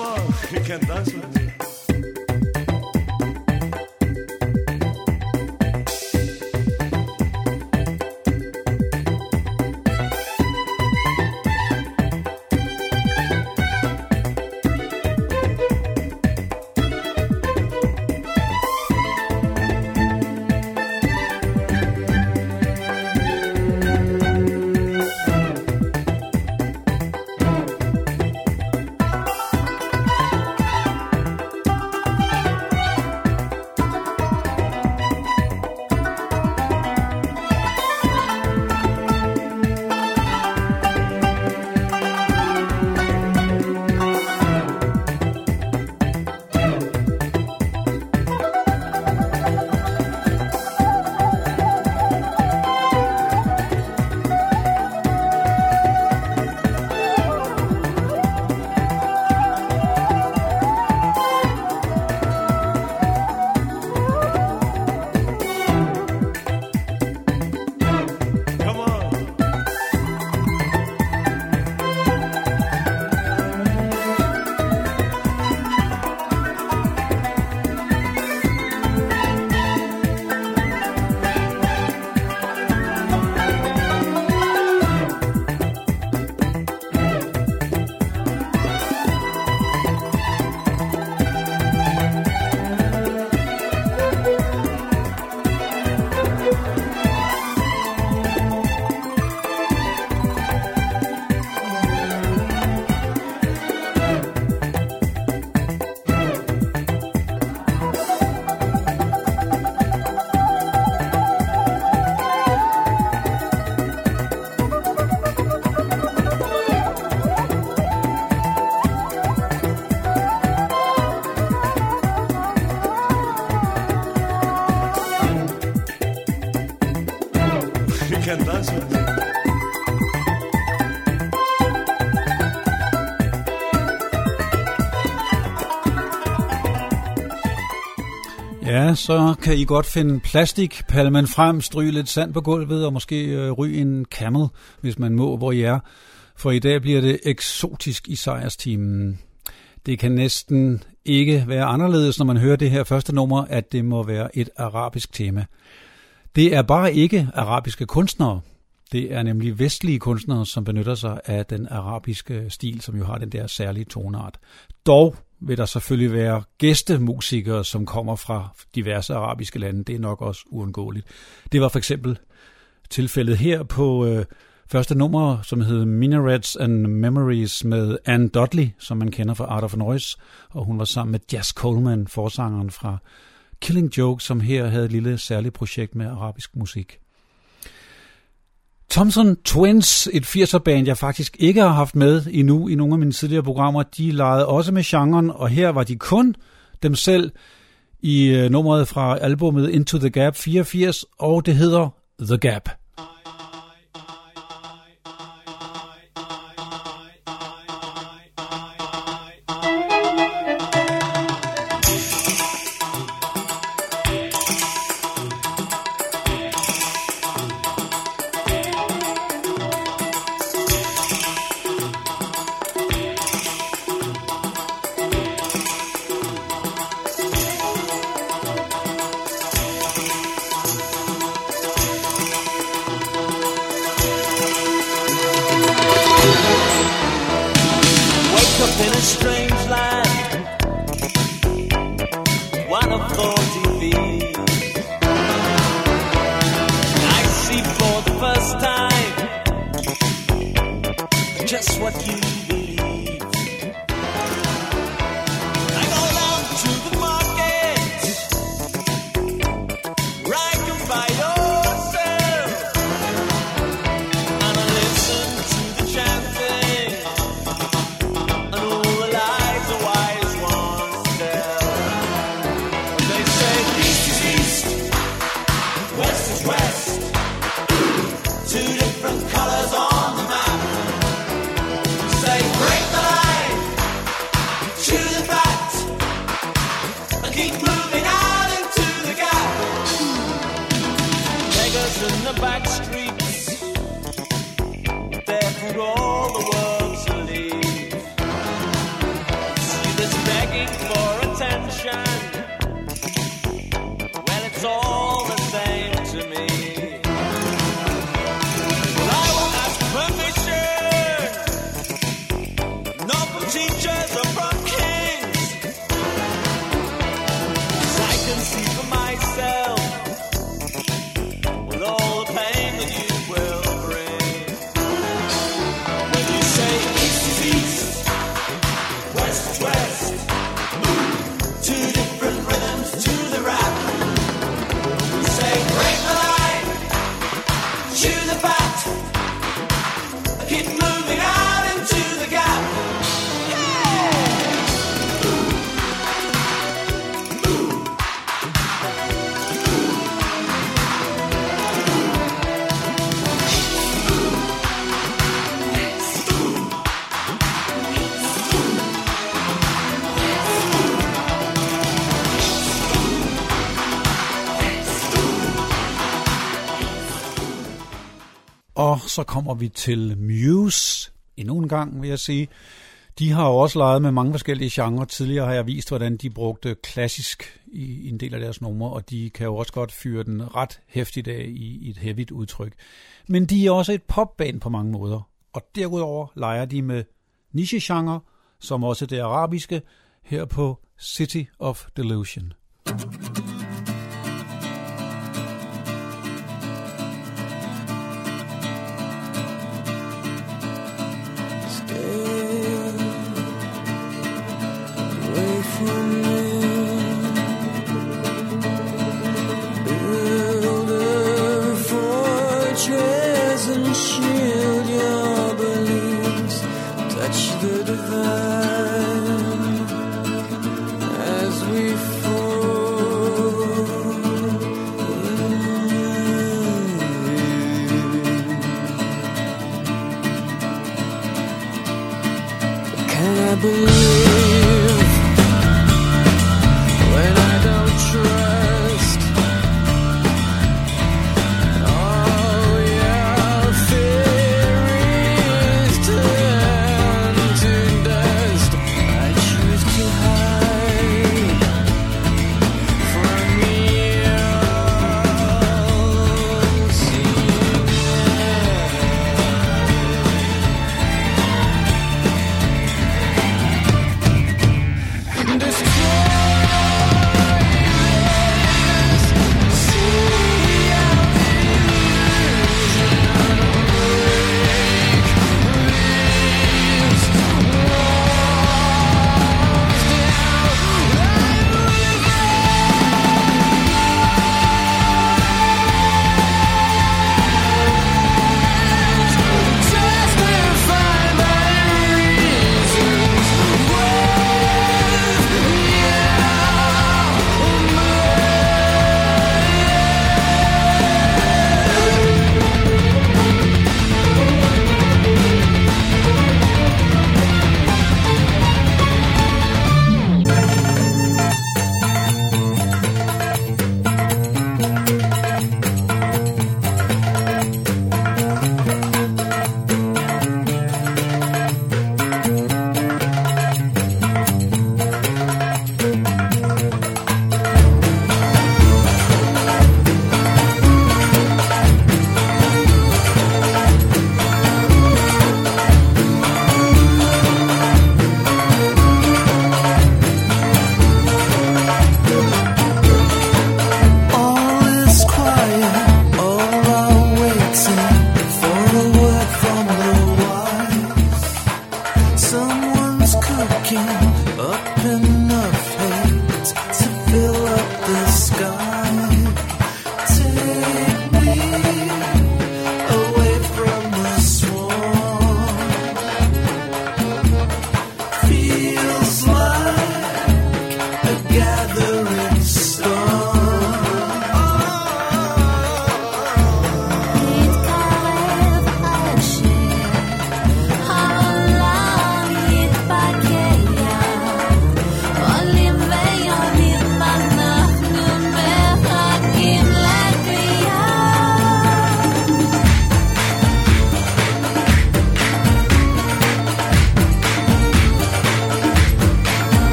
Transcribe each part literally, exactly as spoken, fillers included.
on, you can dance with me. can dance with me. Ja, så kan I godt finde plastikpalmen frem, stryge lidt sand på gulvet og måske øh, ryge en Camel, hvis man må, hvor I er. For i dag bliver det eksotisk i sejrsteamen. Det kan næsten ikke være anderledes, når man hører det her første nummer, at det må være et arabisk tema. Det er bare ikke arabiske kunstnere. Det er nemlig vestlige kunstnere, som benytter sig af den arabiske stil, som jo har den der særlige tonart. Dog vil der selvfølgelig være gæstemusikere, som kommer fra diverse arabiske lande. Det er nok også uundgåeligt. Det var for eksempel tilfældet her på øh, første nummer, som hed Minarets and Memories med Anne Dudley, som man kender fra Art of Noise, og hun var sammen med Jazz Coleman, forsangeren fra Killing Joke, som her havde et lille særligt projekt med arabisk musik. Thompson Twins, et firser-band, jeg faktisk ikke har haft med endnu i nogle af mine tidligere programmer, de legede også med genren, og her var de kun dem selv i nummeret fra albumet Into the Gap fireogfirs, og det hedder The Gap. See så kommer vi til Muse. Endnu en gang, vil jeg sige. De har jo også leget med mange forskellige genrer. Tidligere har jeg vist, hvordan de brugte klassisk i en del af deres numre, og de kan jo også godt fyre den ret hæftigt af i et heavigt udtryk. Men de er også et popband på mange måder, og derudover leger de med niche-genre, som også det arabiske, her på City of Delusion.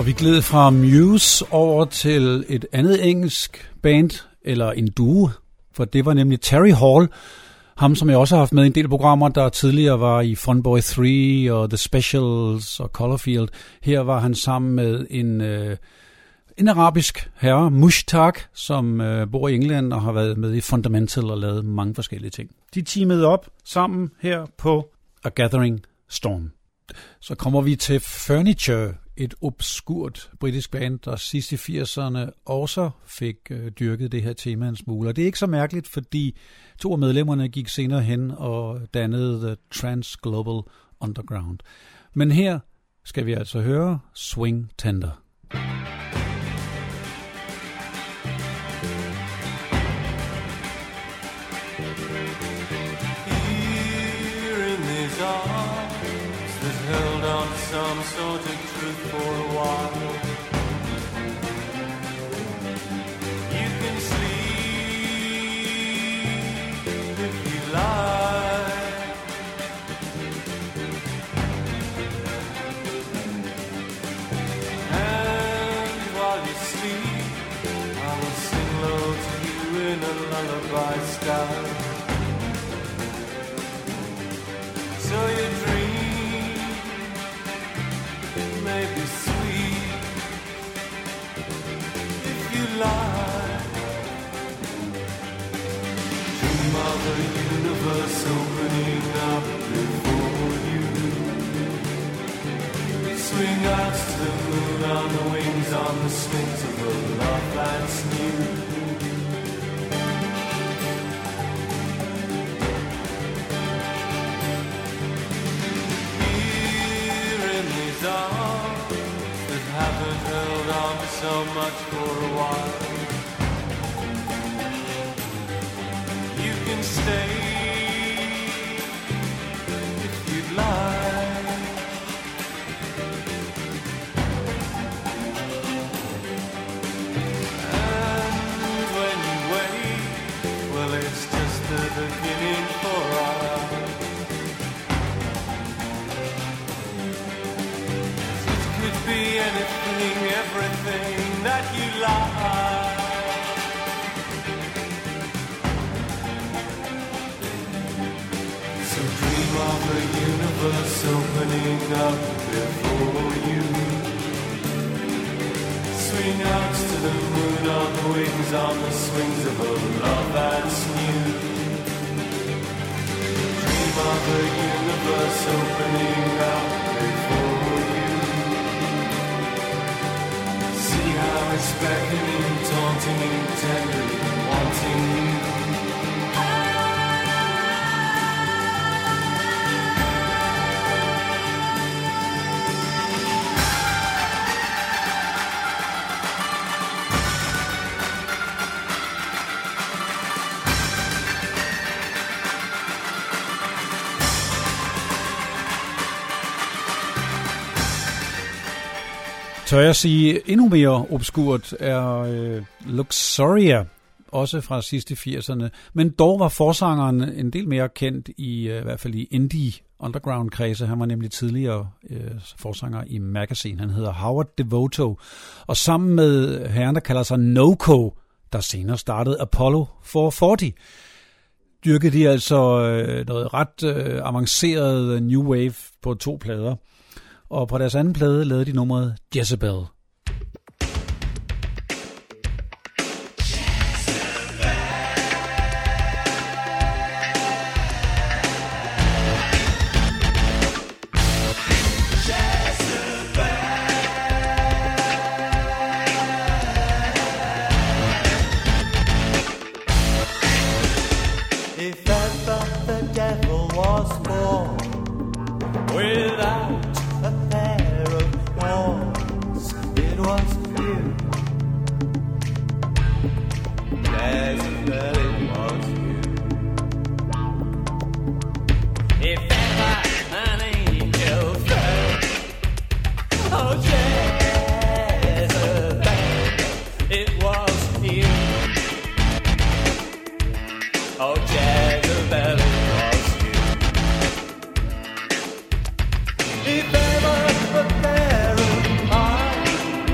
Og vi gled fra Muse over til et andet engelsk band, eller en duo, for det var nemlig Terry Hall, ham som jeg også har haft med i en del programmer, der tidligere var i Funboy tre og The Specials og Colourfield. Her var han sammen med en, øh, en arabisk herre, Mushtaq, som øh, bor i England og har været med i Fundamental og lavet mange forskellige ting. De teamede op sammen her på A Gathering Storm. Så kommer vi til Furniture, et obskurt britisk band, der sidst i firserne også fik øh, dyrket det her tema en smule. Og det er ikke så mærkeligt, fordi to af medlemmerne gik senere hen og dannede The Trans Global Underground. Men her skal vi altså høre Swing Tender. Some sort of truth for a while. You can sleep if you like. And while you sleep, I will sing low to you in a lullaby style. So you dream may be sweet if you like. Dream of a universe opening up before you. Swing out to the moon on the wings, on the swings of a love that's new. Here in these arms that haven't held on so much for a while, you can stay if you'd like. And when you wait, well, it's just the beginning for us. Be anything, everything that you like. So dream of a universe opening up before you. Swing out to the moon on the wings, on the swings of a love that's new. Dream of a universe opening up before you. How it's beckoning, taunting, tenderly wanting you. Tør jeg sige, endnu mere obskurt er øh, Luxuria, også fra sidste firserne. Men dog var forsangeren en del mere kendt, i, øh, i hvert fald i indie underground-kredse. Han var nemlig tidligere øh, forsanger i Magazine. Han hedder Howard Devoto. Og sammen med herren, der kalder sig Noco, der senere startede Apollo fire fyrre, dyrkede de altså øh, noget ret øh, avanceret new wave på to plader. Og på deres anden plade lavede de nummeret Jezebel. If ever the devil was born without a pair of horns, it was you. Jezebel, it was you. If ever an angel fell, oh Jezebel, it was you. Oh Jezebel, it was you. If ever a pair of eyes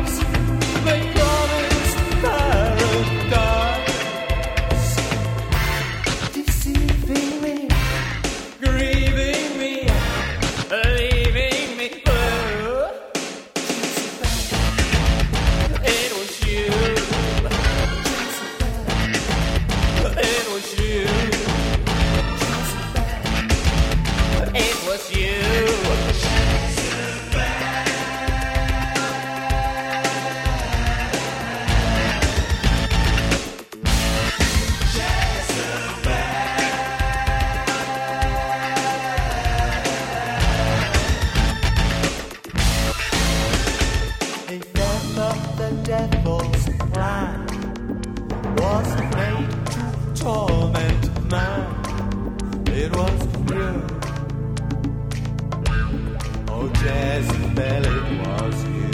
Jezebel, it was you.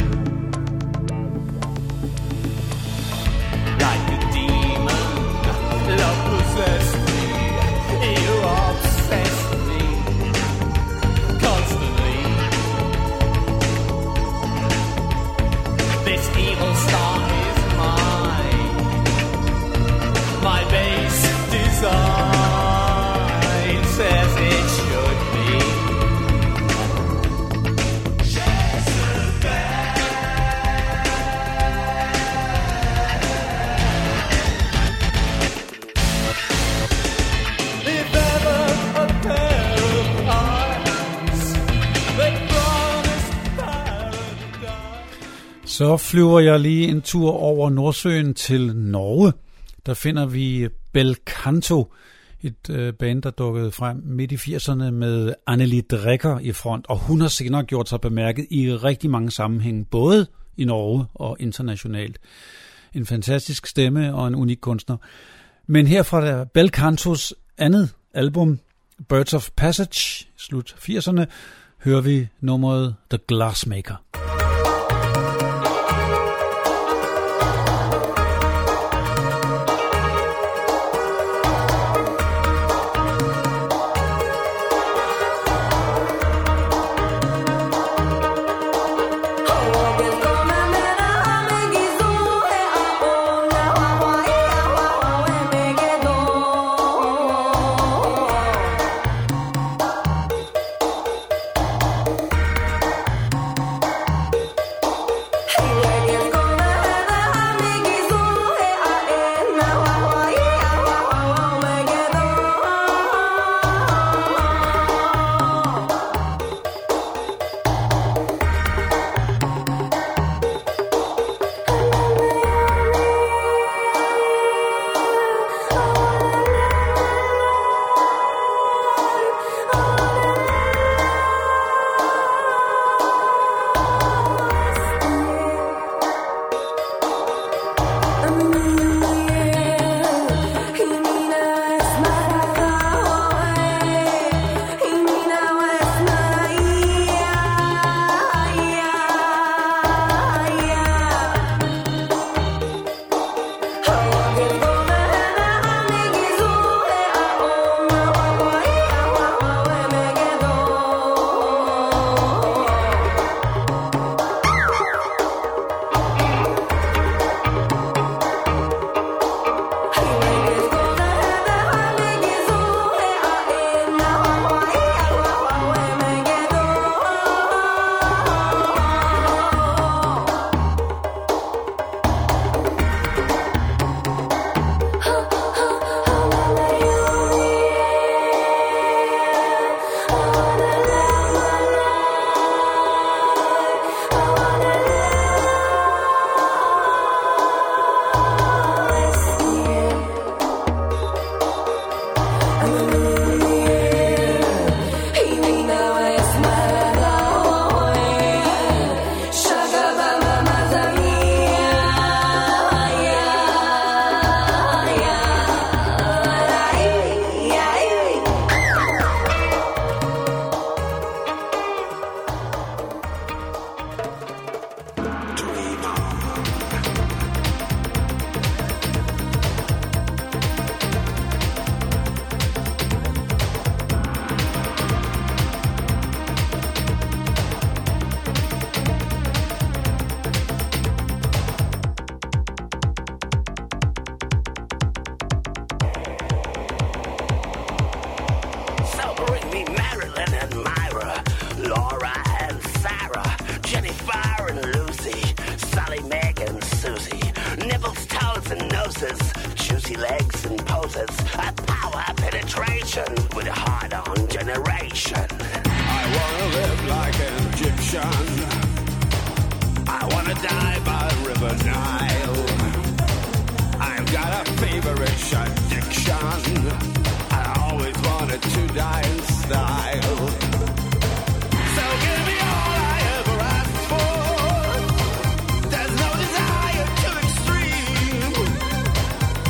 Like a demon, love possessed me. You obsessed me constantly. This evil star is mine, my base design says it should be. If ever a pair of eyes that promised paradise. Så flyver jeg lige en tur over Nordsøen til Norge. Der finder vi Bel Canto, et øh, band, der dukkede frem midt i firserne med Anneli Drecker i front, og hun har senere gjort sig bemærket i rigtig mange sammenhænge, både i Norge og internationalt. En fantastisk stemme og en unik kunstner. Men her fra der Bel Cantos andet album, Birds of Passage, slut firserne, hører vi nummeret The Glassmaker.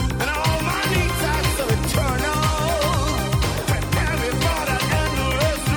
Prepare me for the endless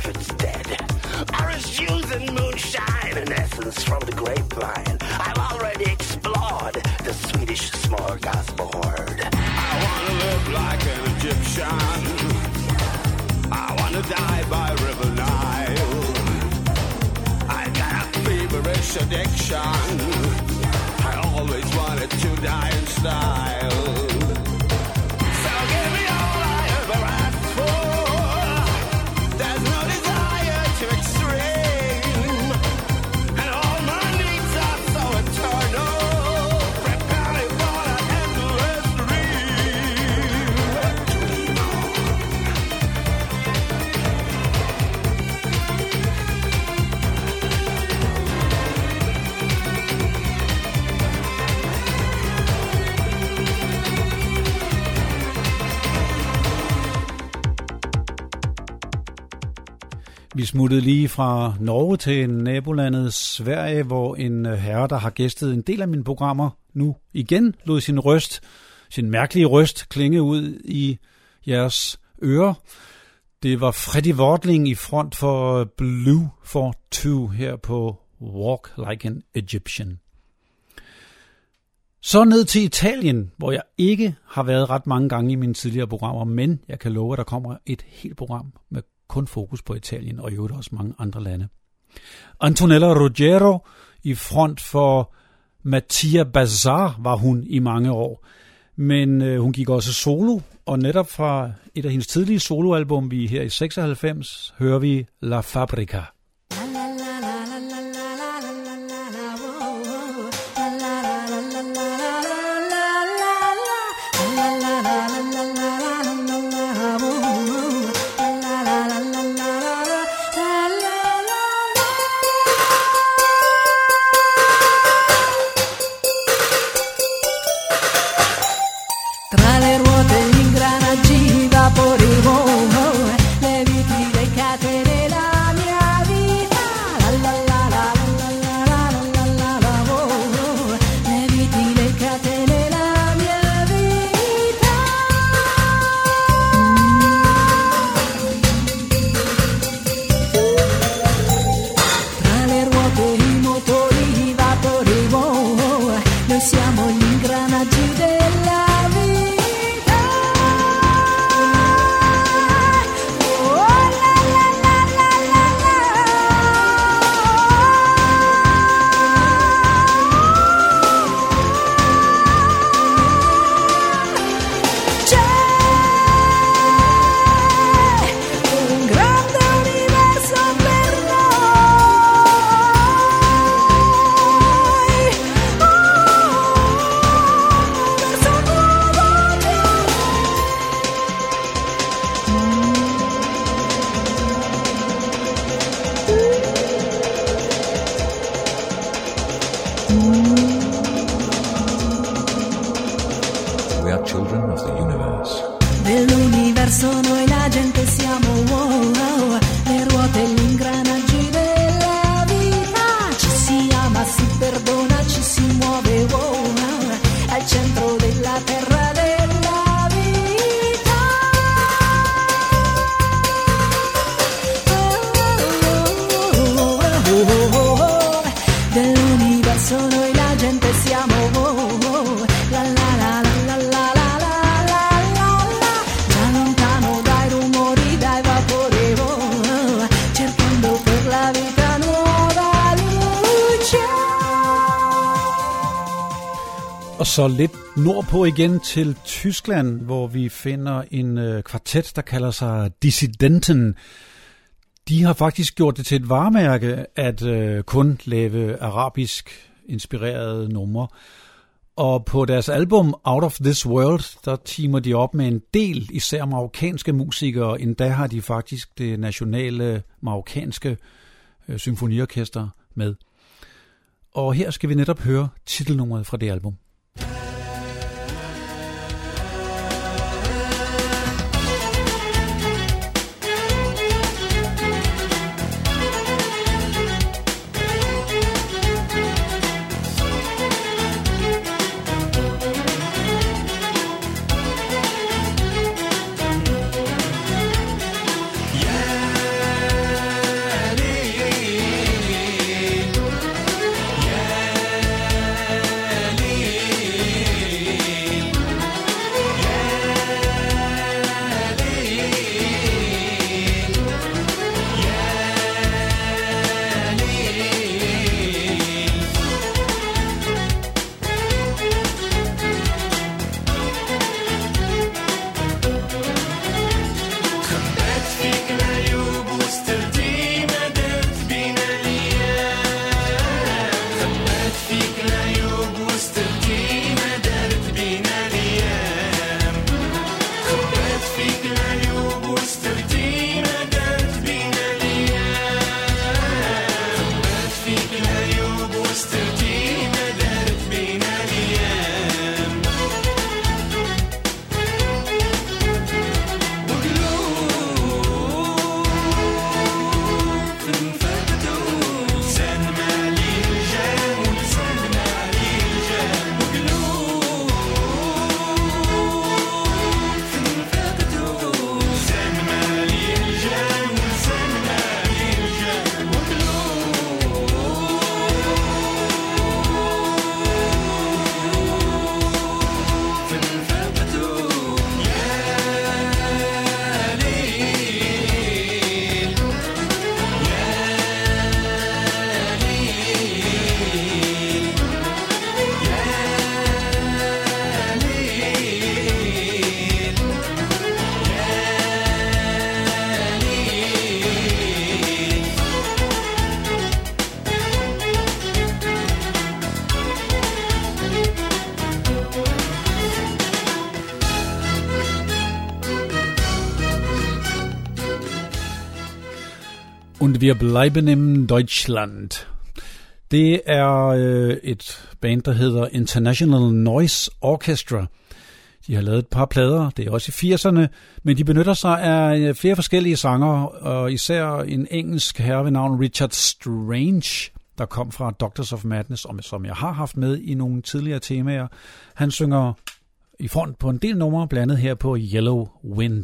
if it's dead. Orange juice and moonshine, an essence from the grapevine. I've already explored the Swedish smorgasbord. I wanna live like an Egyptian. I wanna die by River Nile. I got a feverish addiction. I always wanted to die in style. So give me all I ever asked for. There's no desire too extreme, and all my needs are so eternal. Prepare me for an endless dream. Dream on. Vi smuttede lige fra Norge til nabolandet Sverige, hvor en herre, der har gæstet en del af mine programmer, nu igen lod sin røst, sin mærkelige røst, klinge ud i jeres ører. Det var Freddie Wardling i front for Blue for Two her på Walk Like an Egyptian. Så ned til Italien, hvor jeg ikke har været ret mange gange i mine tidligere programmer, men jeg kan love, at der kommer et helt program med kun fokus på Italien, og i øvrigt også mange andre lande. Antonella Ruggiero i front for Mattia Bazar var hun i mange år, men øh, hun gik også solo, og netop fra et af hendes tidlige soloalbum, vi her i seksoghalvfems, hører vi La Fabrica. Og så lidt nordpå igen til Tyskland, hvor vi finder en øh, kvartet, der kalder sig Dissidenten. De har faktisk gjort det til et varemærke at øh, kun lave arabisk inspirerede numre. Og på deres album Out of This World, der teamer de op med en del især marokkanske musikere. Endda har de faktisk det nationale marokkanske øh, symfoniorkester med. Og her skal vi netop høre titelnummeret fra det album. Yeah. Und wir bleiben in Deutschland. Det er øh, et band, der hedder International Noise Orchestra. De har lavet et par plader, det er også i firserne, men de benytter sig af flere forskellige sangere, og især en engelsk herre ved navn Richard Strange, der kom fra Doctors of Madness, som jeg har haft med i nogle tidligere temaer. Han synger i front på en del numre, blandt andet her på Yellow Wind.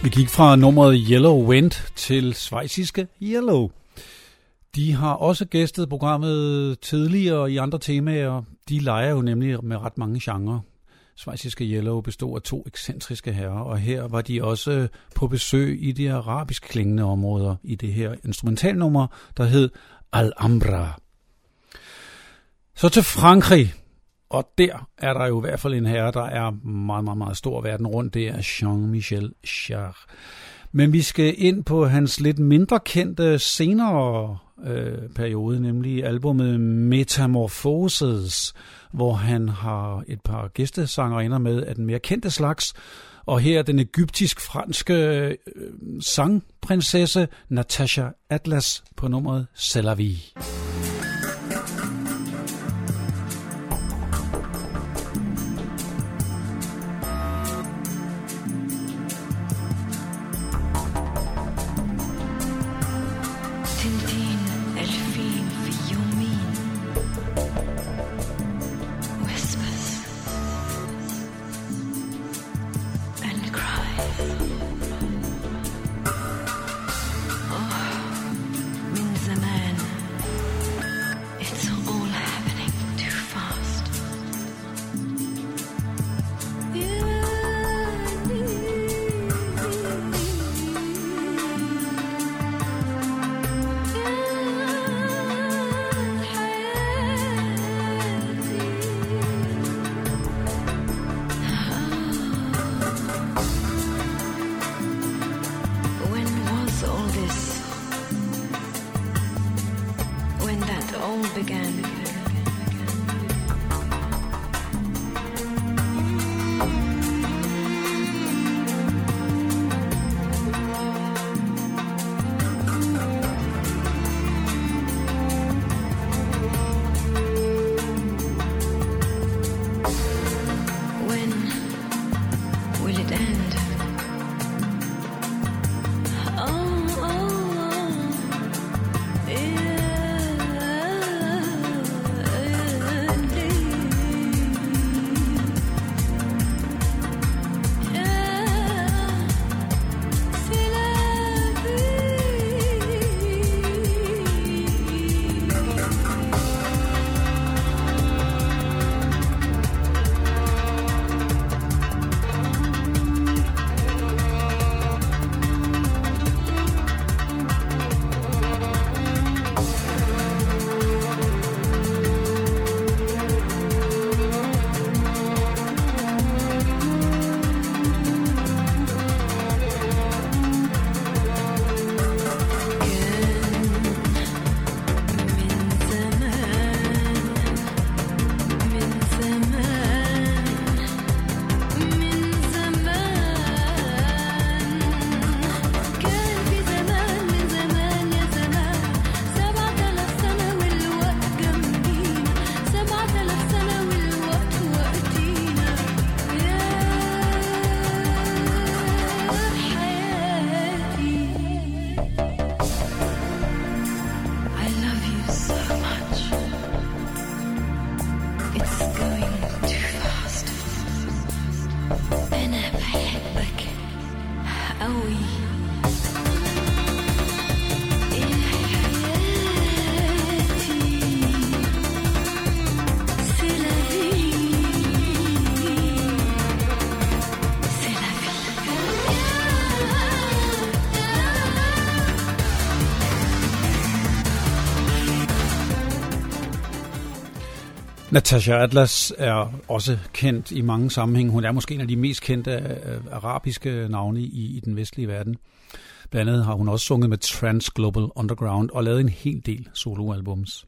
Vi gik fra nummeret Yellow Wind til schweiziske Yellow. De har også gæstet programmet tidligere i andre temaer. De leger jo nemlig med ret mange genrer. Schweiziske Yellow bestod af to ekscentriske herrer, og her var de også på besøg i de arabisk klingende områder i det her instrumentalnummer, der hed Alhambra. Så til Frankrig, og der er der jo i hvert fald en herre, der er meget, meget, meget stor verden rundt. Det er Jean-Michel Jarre. Men vi skal ind på hans lidt mindre kendte senere øh, periode, nemlig albumet Metamorphoses, hvor han har et par gæstesangerinder med af den mere kendte slags. Og her er den egyptisk-franske øh, sangprinsesse Natasha Atlas på nummeret C'est la vie. Natasha Atlas er også kendt i mange sammenhænge. Hun er måske en af de mest kendte arabiske navne i, i den vestlige verden. Blandt andet har hun også sunget med Trans Global Underground og lavet en hel del soloalbums.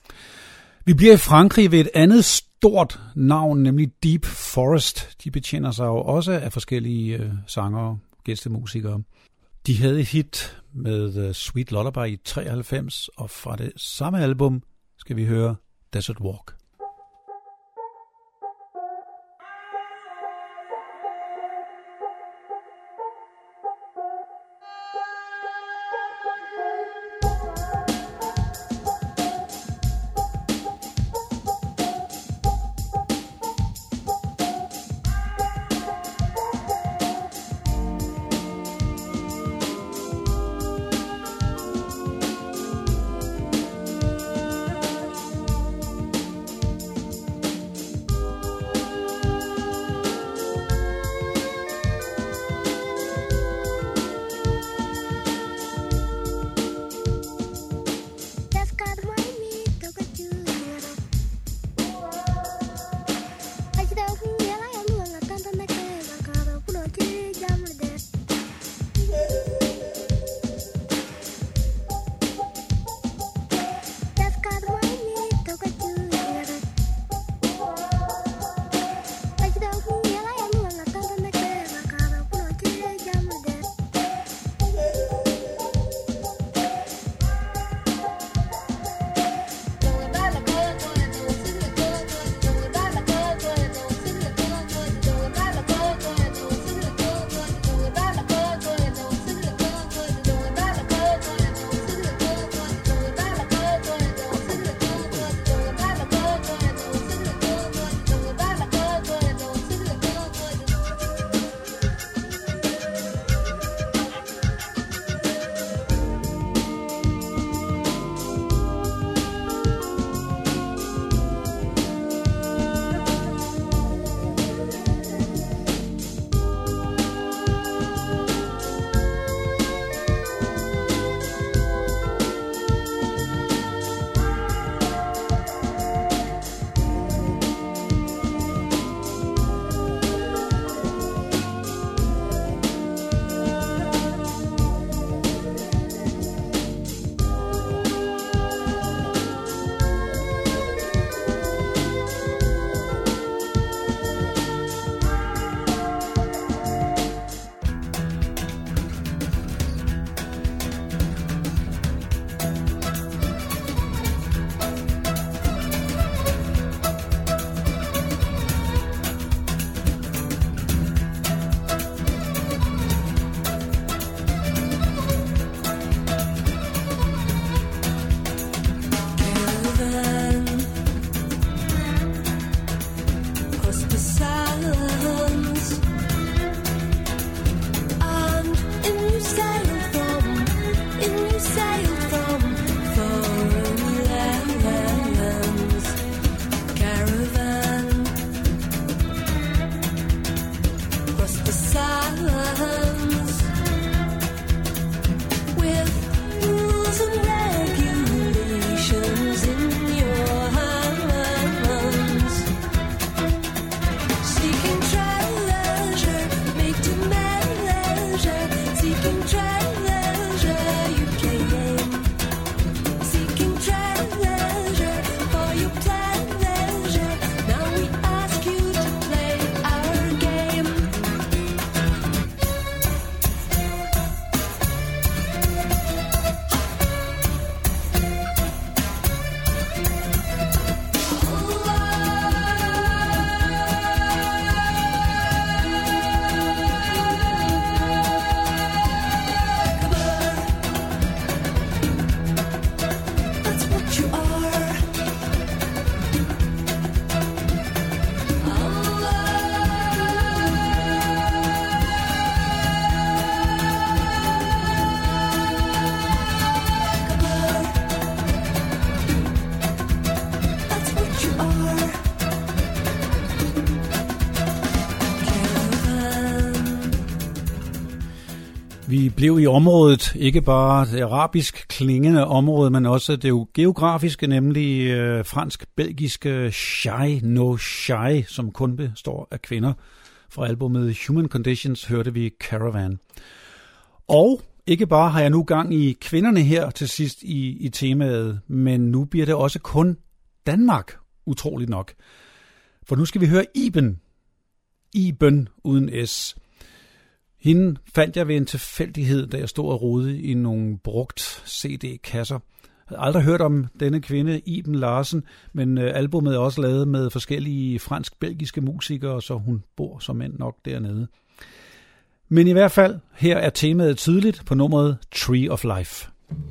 Vi bliver i Frankrig ved et andet stort navn, nemlig Deep Forest. De betjener sig jo også af forskellige øh, sangere, gæstemusikere. De havde et hit med uh, Sweet Lullaby i treoghalvfems, og fra det samme album skal vi høre Desert Walk. Vi blev i området, ikke bare det arabisk klingende område, men også det geografiske, nemlig øh, fransk-belgiske Shy No Shy, som kun består af kvinder. Fra albumet Human Conditions hørte vi Caravan. Og ikke bare har jeg nu gang i kvinderne her til sidst i, i temaet, men nu bliver det også kun Danmark, utroligt nok. For nu skal vi høre Iben. Iben uden S. Hende fandt jeg ved en tilfældighed, da jeg stod og rodede i nogle brugt C D-kasser. Jeg havde aldrig hørt om denne kvinde, Iben Larsen, men albumet er også lavet med forskellige fransk-belgiske musikere, så hun bor som end nok dernede. Men i hvert fald, her er temaet tydeligt på nummeret Tree of Life.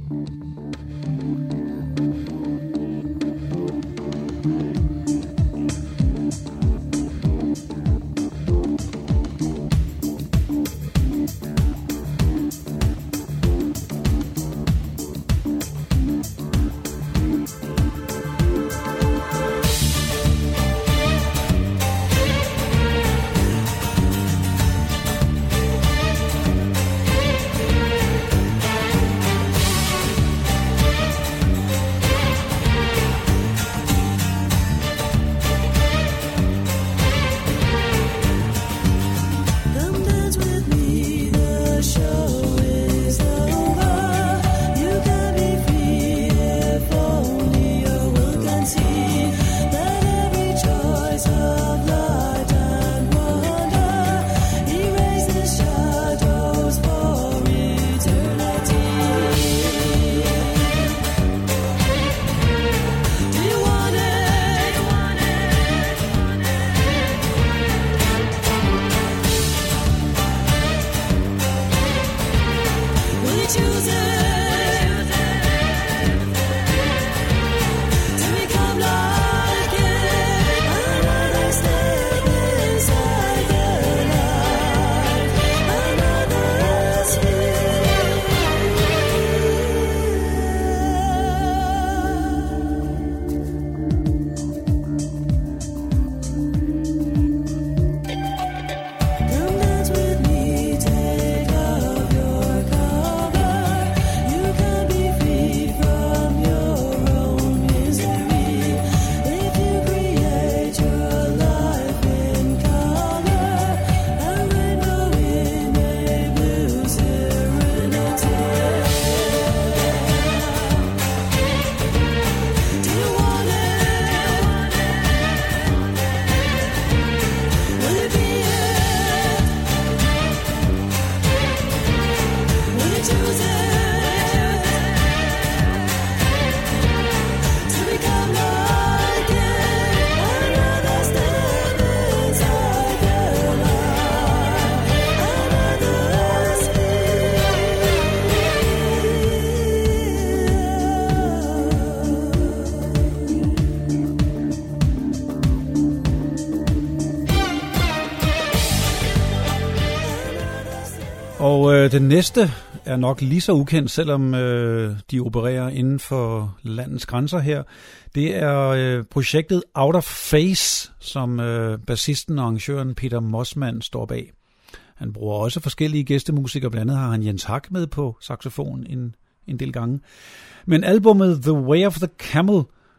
Og øh, den næste er nok lige så ukendt, selvom øh, de opererer inden for landets grænser her. Det er øh, projektet Out of Phase, som øh, bassisten og arrangøren Peter Mossman står bag. Han bruger også forskellige gæstemusikere, blandt andet har han Jens Hack med på saxofon en, en del gange. Men albumet The Way of the Camel,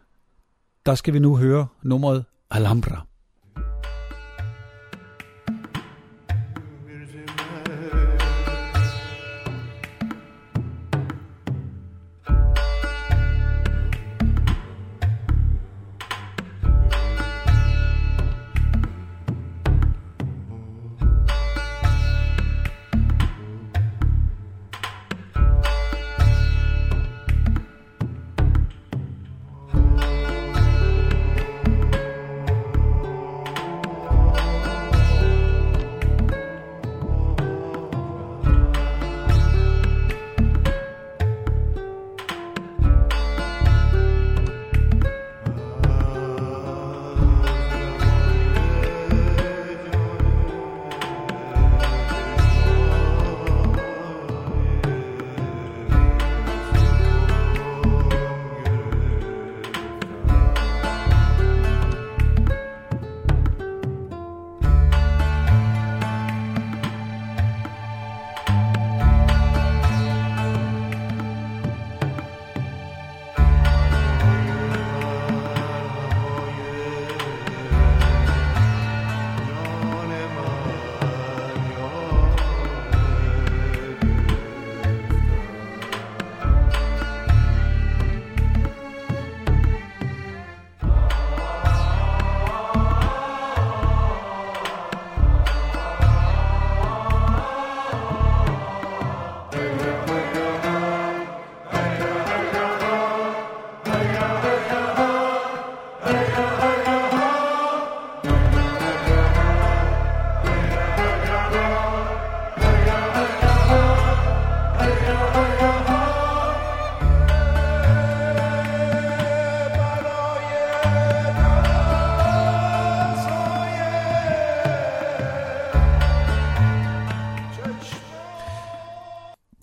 der skal vi nu høre nummeret Alhambra.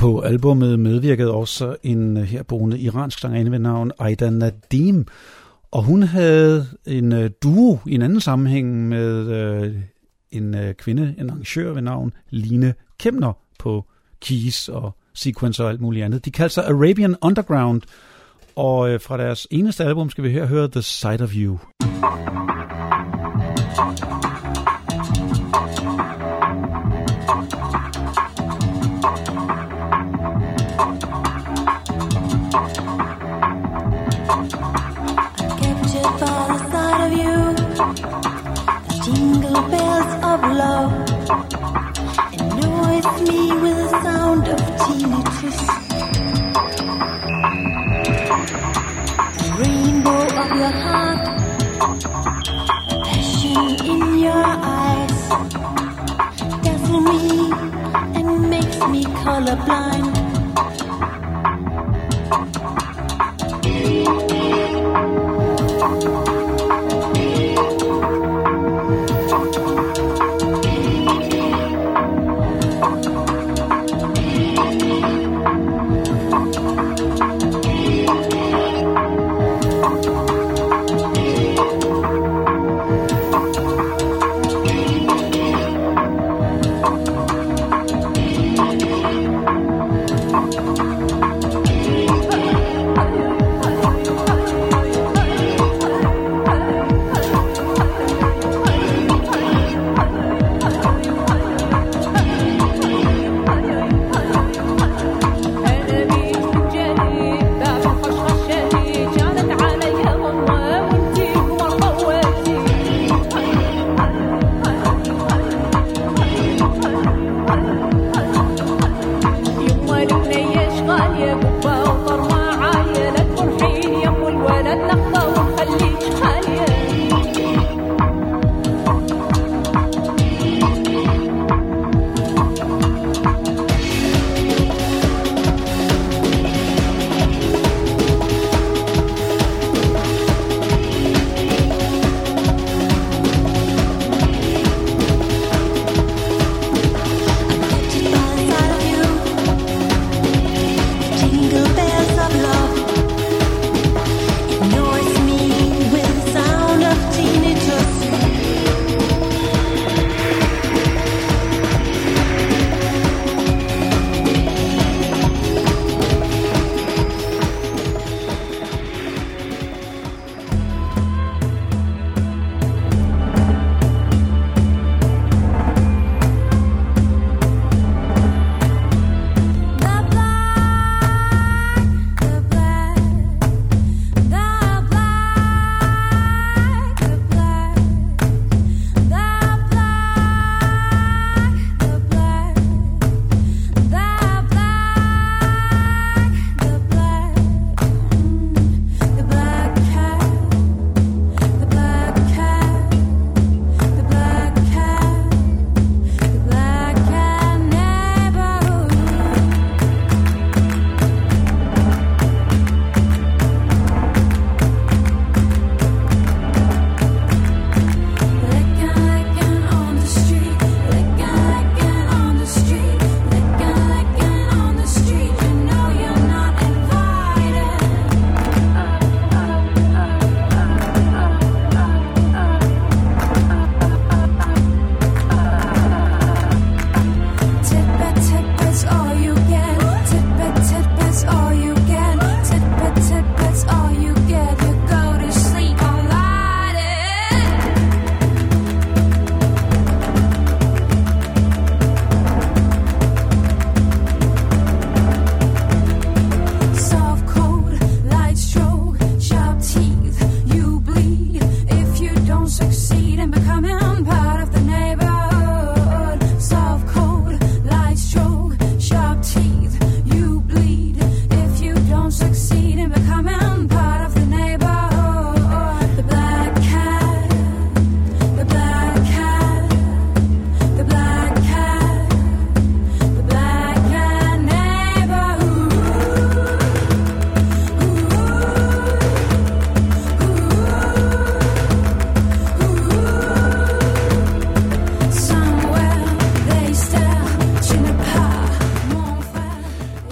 På albummet medvirkede også en herboende iransk sangerinde ved navn Aida Nadim, og hun havde en duo i en anden sammenhæng med øh, en øh, kvinde, en arrangør ved navn Line Kemner på keys og sequencer og alt muligt andet. De kaldte sig Arabian Underground, og øh, fra deres eneste album skal vi her høre The Sight of You. Jingle bells of love, annoys me with the sound of tinnitus. The rainbow of your heart, the passion in your eyes, dazzle me and makes me colorblind.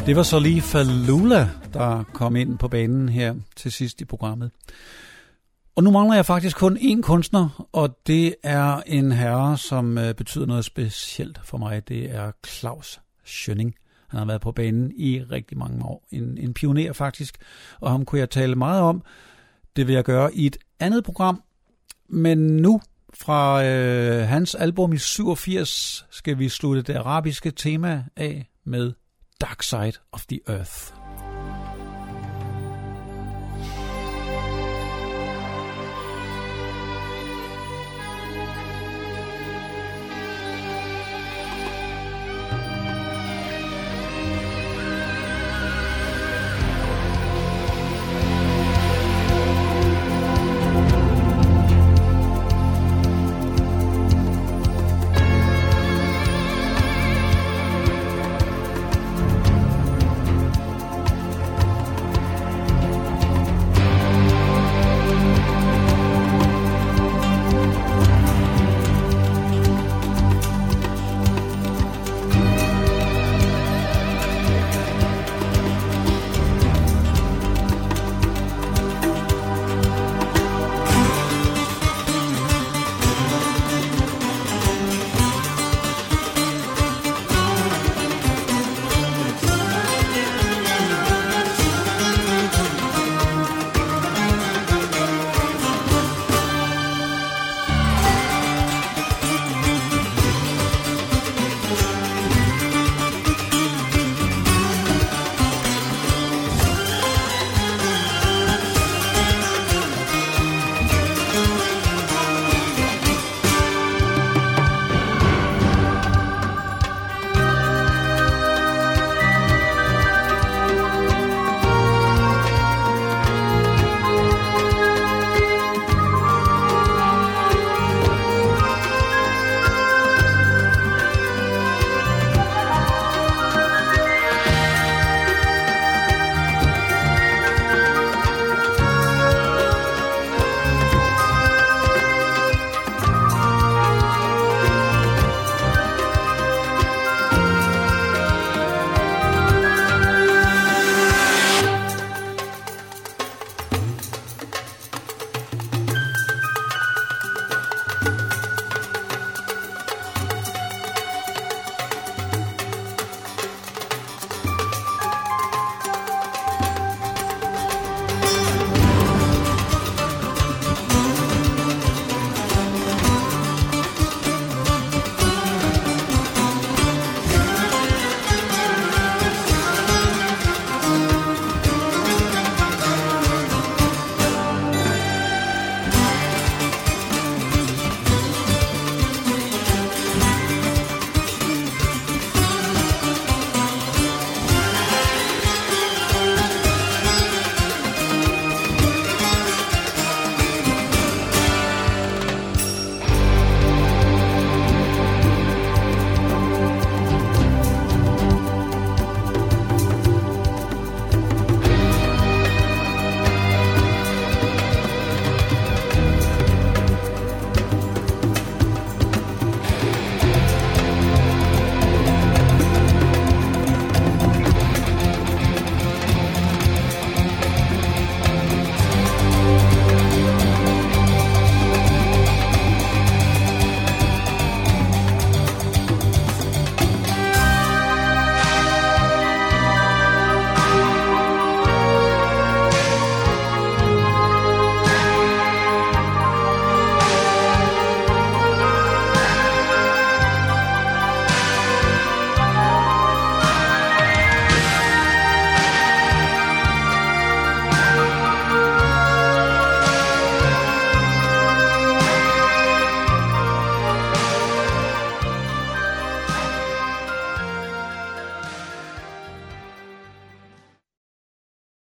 Det var så lige Falula, der kom ind på banen her til sidst i programmet. Og nu mangler jeg faktisk kun én kunstner, og det er en herre, som øh, betyder noget specielt for mig. Det er Klaus Schønning. Han har været på banen i rigtig mange år. En, en pioner faktisk, og ham kunne jeg tale meget om. Det vil jeg gøre i et andet program. Men nu, fra øh, hans album i syvogfirs, skal vi slutte det arabiske tema af med Dark Side of the Earth.